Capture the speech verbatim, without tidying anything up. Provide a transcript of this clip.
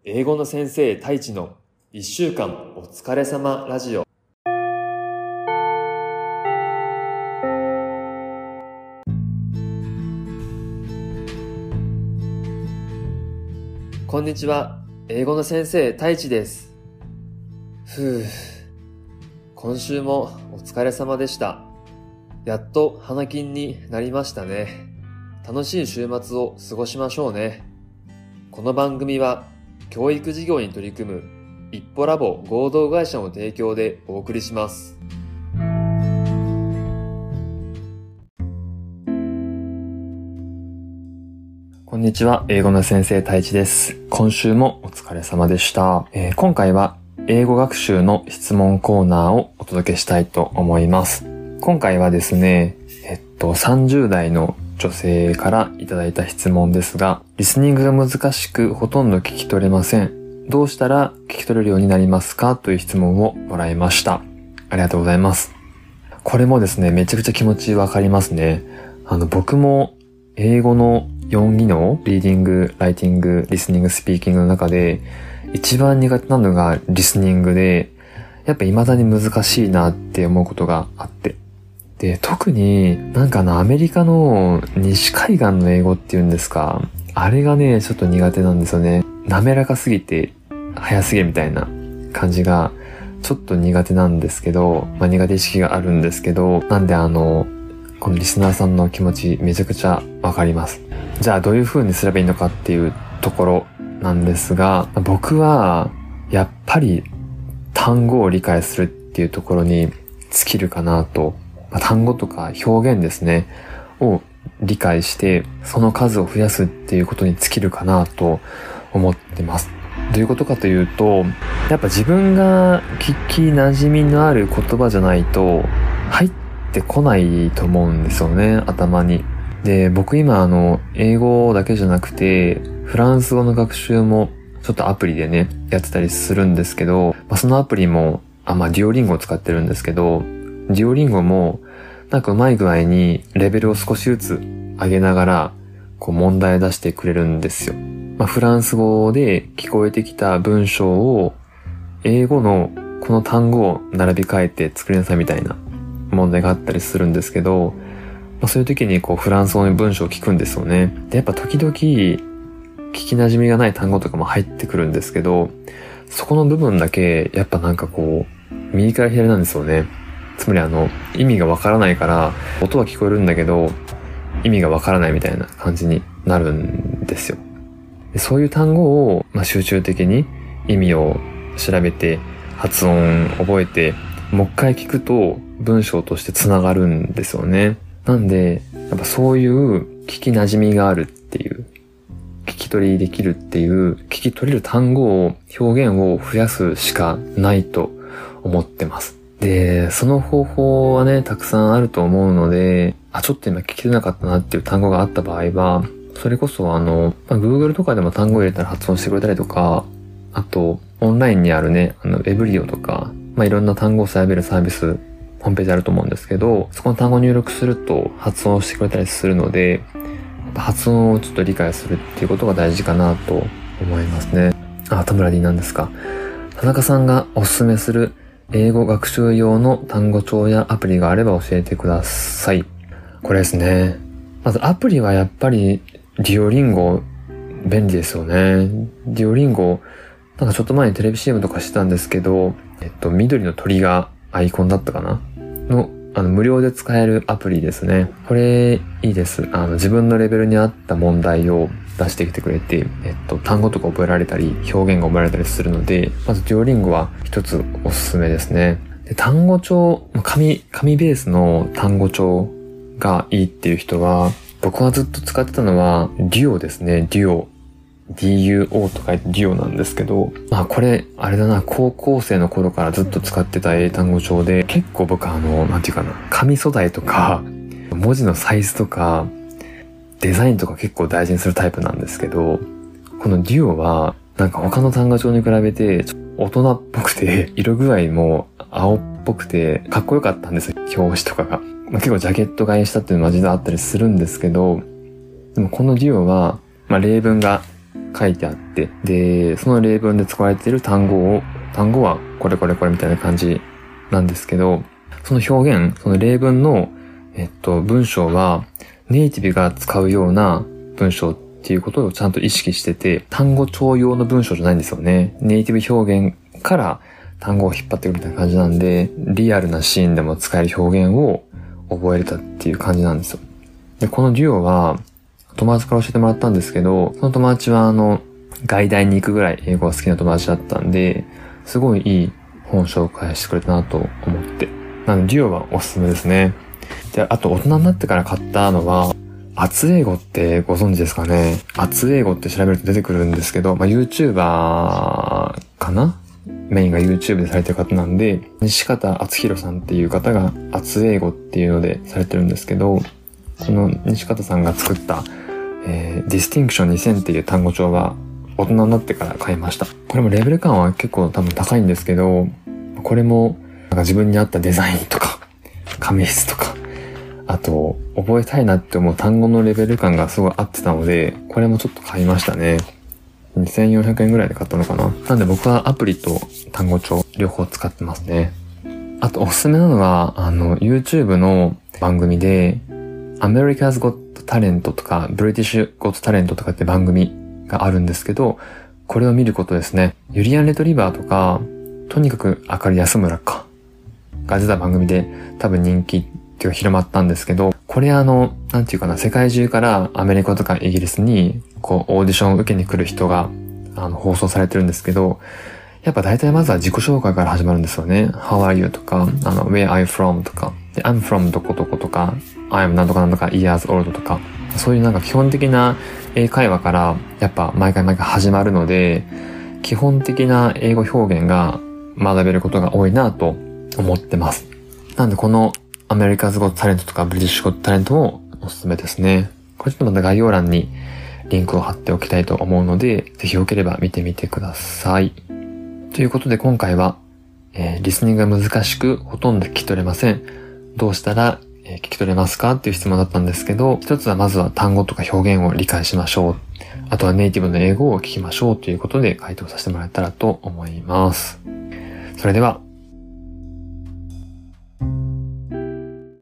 英語の先生太一のいっしゅうかんお疲れ様ラジオ。こんにちは、英語の先生太一です。ふう、今週もお疲れ様でした。やっと花金になりましたね。楽しい週末を過ごしましょうね。この番組は教育事業に取り組む一歩ラボ合同会社の提供でお送りします。こんにちは、英語の先生太一です。今週もお疲れ様でした。えー、今回は英語学習の質問コーナーをお届けしたいと思います。今回はですね、えっとさんじゅう代の女性からいただいた質問ですが、リスニングが難しくほとんど聞き取れません。どうしたら聞き取れるようになりますかという質問をもらいました。ありがとうございます。これもですね、めちゃくちゃ気持ちわかりますね。あの、僕も英語のよん技能、リーディング、ライティング、リスニング、スピーキングの中で一番苦手なのがリスニングで、やっぱ未だに難しいなって思うことがあって。で、特になんかあのアメリカの西海岸の英語っていうんですか、あれがね、ちょっと苦手なんですよね。滑らかすぎて早すぎみたいな感じがちょっと苦手なんですけど、まあ苦手意識があるんですけど、なんであの、このリスナーさんの気持ちめちゃくちゃわかります。じゃあどういう風にすればいいのかっていうところなんですが、僕はやっぱり単語を理解するっていうところに尽きるかなと。まあ、単語とか表現ですねを理解してその数を増やすっていうことに尽きるかなと思ってます。どういうことかというと、やっぱ自分が聞き馴染みのある言葉じゃないと入ってこないと思うんですよね、頭に。で、僕今あの英語だけじゃなくてフランス語の学習もちょっとアプリでねやってたりするんですけど、まあ、そのアプリもあまあデュオリンゴを使ってるんですけど、デュオリンゴもなんかうまい具合にレベルを少しずつ上げながらこう問題出してくれるんですよ。まあフランス語で聞こえてきた文章を英語のこの単語を並び替えて作りなさいみたいな問題があったりするんですけど、まあそういう時にこうフランス語の文章を聞くんですよね。でやっぱ時々聞き馴染みがない単語とかも入ってくるんですけど、そこの部分だけやっぱなんかこう右から左なんですよね。つまりあの意味がわからないから音は聞こえるんだけど意味がわからないみたいな感じになるんですよ。でそういう単語を、まあ、集中的に意味を調べて発音覚えてもう一回聞くと文章としてつながるんですよね。なんでやっぱそういう聞き馴染みがあるっていう、聞き取りできるっていう聞き取れる単語を表現を増やすしかないと思ってます。で、その方法はね、たくさんあると思うので、あ、ちょっと今聞き取れなかったなっていう単語があった場合は、それこそあの、まあ、Google とかでも単語を入れたら発音してくれたりとか、あと、オンラインにあるね、あの、エブリオとか、まあ、いろんな単語を調べるサービス、ホームページあると思うんですけど、そこの単語を入力すると発音してくれたりするので、発音をちょっと理解するっていうことが大事かなと思いますね。あ、田村 D なんですか。田中さんがおすすめする英語学習用の単語帳やアプリがあれば教えてください。これですね。まずアプリはやっぱりデュオリンゴ便利ですよね。デュオリンゴなんかちょっと前にテレビ シーエム とかしてたんですけど、えっと緑の鳥がアイコンだったかなのあの無料で使えるアプリですね。これいいです。あの自分のレベルに合った問題を出してきてくれて、えっと単語とか覚えられたり表現が覚えられたりするので、まずデュオリンゴは一つおすすめですね。で単語帳、紙紙ベースの単語帳がいいっていう人は、僕はずっと使ってたのはデュオですね。デュオ。ディーユーオー と書いてデュオなんですけど、まあこれ、あれだな、高校生の頃からずっと使ってた英単語帳で、結構僕あの、なんていうかな、紙素材とか、文字のサイズとか、デザインとか結構大事にするタイプなんですけど、このデュオは、なんか他の単語帳に比べて、大人っぽくて、色具合も青っぽくて、かっこよかったんですよ、表紙とかが。まあ、結構ジャケット買いしたっていうのは実はあったりするんですけど、でもこのデュオは、まあ例文が書いてあって、で、その例文で使われている単語を、単語はこれこれこれみたいな感じなんですけど、その表現、その例文の、えっと、文章はネイティブが使うような文章っていうことをちゃんと意識してて、単語帳用の文章じゃないんですよね。ネイティブ表現から単語を引っ張ってくるみたいな感じなんで、リアルなシーンでも使える表現を覚えれたっていう感じなんですよ。で、このデュオは友達から教えてもらったんですけど、その友達はあの、外大に行くぐらい英語が好きな友達だったんで、すごいいい本紹介してくれたなと思って。なので、デュオはおすすめですね。で、あと大人になってから買ったのは、熱英語ってご存知ですかね。熱英語って調べると出てくるんですけど、まあ、YouTuber かなメインが YouTube でされてる方なんで、西方敦弘さんっていう方が熱英語っていうのでされてるんですけど、この西方さんが作った、えー、ディスティンクションにせんっていう単語帳は大人になってから買いました。これもレベル感は結構多分高いんですけど、これもなんか自分に合ったデザインとか、紙質とか、あと覚えたいなって思う単語のレベル感がすごい合ってたので、これもちょっと買いましたね。にせんよんひゃくえんぐらいで買ったのかな。なんで僕はアプリと単語帳両方使ってますね。あとおすすめなのは、あの YouTube の番組で America's Got Talent とか British Got Talent とかって番組があるんですけど、これを見ることですね。ユリアン・レトリバーとか、とにかく明るい安村かが出た番組で多分人気っていうか広まったんですけど、これあの、なんていうかな、世界中からアメリカとかイギリスにこうオーディションを受けに来る人があの放送されてるんですけど、やっぱ大体まずは自己紹介から始まるんですよね。How are you とか、あの Where are you from とか、で I'm from どこどことか、I'm なんとかなんとか years old とか、そういうなんか基本的な英会話からやっぱ毎回毎回始まるので、基本的な英語表現が学べることが多いなと思ってます。なんでこのアメリカズゴットタレントとかブリティッシュゴットタレントもおすすめですね。これちょっとまた概要欄にリンクを貼っておきたいと思うので、ぜひよければ見てみてください。ということで今回は、えー、リスニングが難しくほとんど聞き取れません。どうしたら、えー、聞き取れますかっていう質問だったんですけど、一つはまずは単語とか表現を理解しましょう。あとはネイティブの英語を聞きましょうということで回答させてもらえたらと思います。それでは